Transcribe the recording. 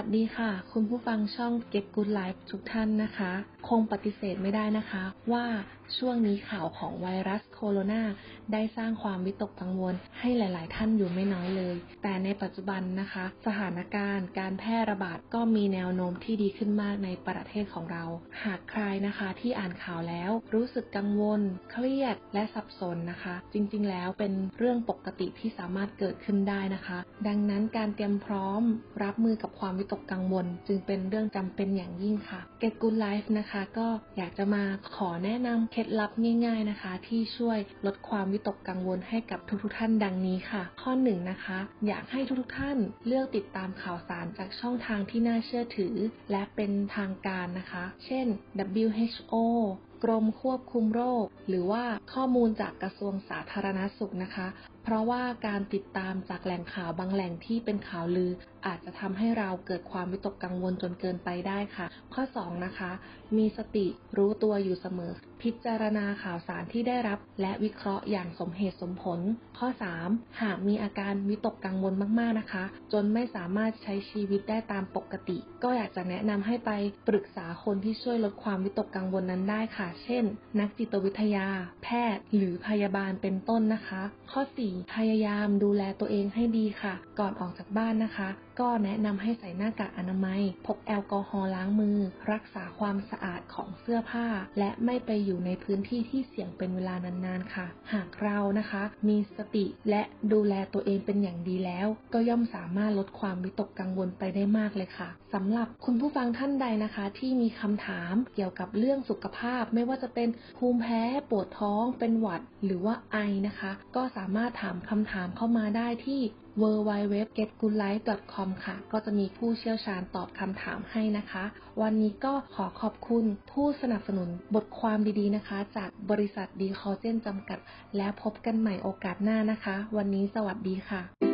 สดีค่ะคุณผู้ฟังช่อง Get Good Life ทุกท่านนะคะคงปฏิเสธไม่ได้นะคะว่าช่วงนี้ข่าวของไวรัสโคโรนาได้สร้างความวิตกกังวลให้หลายๆท่านอยู่ไม่น้อยเลยแต่ในปัจจุบันนะคะสถานการณ์การแพร่ระบาดก็มีแนวโน้มที่ดีขึ้นมากในประเทศของเราหากใครนะคะที่อ่านข่าวแล้วรู้สึกกังวลเครียดและสับสนนะคะจริงๆแล้วเป็นเรื่องปกติที่สามารถเกิดขึ้นได้นะคะดังนั้นการเตรียมพร้อมรับมือกับความวิตกกังวลจึงเป็นเรื่องจำเป็นอย่างยิ่งค่ะ Get Good Life นะคะก็อยากจะมาขอแนะนำเคล็ดลับง่ายๆนะคะที่ช่วยลดความวิตกกังวลให้กับทุกๆท่านดังนี้ค่ะข้อ1นะคะอยากให้ทุกๆท่านเลือกติดตามข่าวสารจากช่องทางที่น่าเชื่อถือและเป็นทางการนะคะเช่น WHO กรมควบคุมโรคหรือว่าข้อมูลจากกระทรวงสาธารณสุขนะคะเพราะว่าการติดตามจากแหล่งข่าวบางแหล่งที่เป็นข่าวลืออาจจะทำให้เราเกิดความวิตกกังวลจนเกินไปได้ค่ะข้อ2นะคะมีสติรู้ตัวอยู่เสมอพิจารณาข่าวสารที่ได้รับและวิเคราะห์อย่างสมเหตุสมผลข้อ3หากมีอาการวิตกกังวลมากๆนะคะจนไม่สามารถใช้ชีวิตได้ตามปกติก็อยากจะแนะนำให้ไปปรึกษาคนที่ช่วยลดความวิตกกังวลนั้นได้ค่ะเช่นนักจิตวิทยาแพทย์หรือพยาบาลเป็นต้นนะคะข้อ4พยายามดูแลตัวเองให้ดีค่ะก่อนออกจากบ้านนะคะก็แนะนำให้ใส่หน้ากากอนามัยพกแอลกอฮอล์ล้างมือรักษาความสะอาดของเสื้อผ้าและไม่ไปอยู่ในพื้นที่ที่เสี่ยงเป็นเวลานานๆค่ะหากเรานะคะมีสติและดูแลตัวเองเป็นอย่างดีแล้วก็ย่อมสามารถลดความวิตกกังวลไปได้มากเลยค่ะสำหรับคุณผู้ฟังท่านใดนะคะที่มีคำถามเกี่ยวกับเรื่องสุขภาพไม่ว่าจะเป็นภูมิแพ้ปวดท้องเป็นหวัดหรือว่าไอนะคะก็สามารถถามคำถามเข้ามาได้ที่ www.getgoodlife.com ค่ะก็จะมีผู้เชี่ยวชาญตอบคำถามให้นะคะวันนี้ก็ขอขอบคุณผู้สนับสนุนบทความดีๆนะคะจากบริษัทดีคอลเจนจำกัดแล้วพบกันใหม่โอกาสหน้านะคะวันนี้สวัสดีค่ะ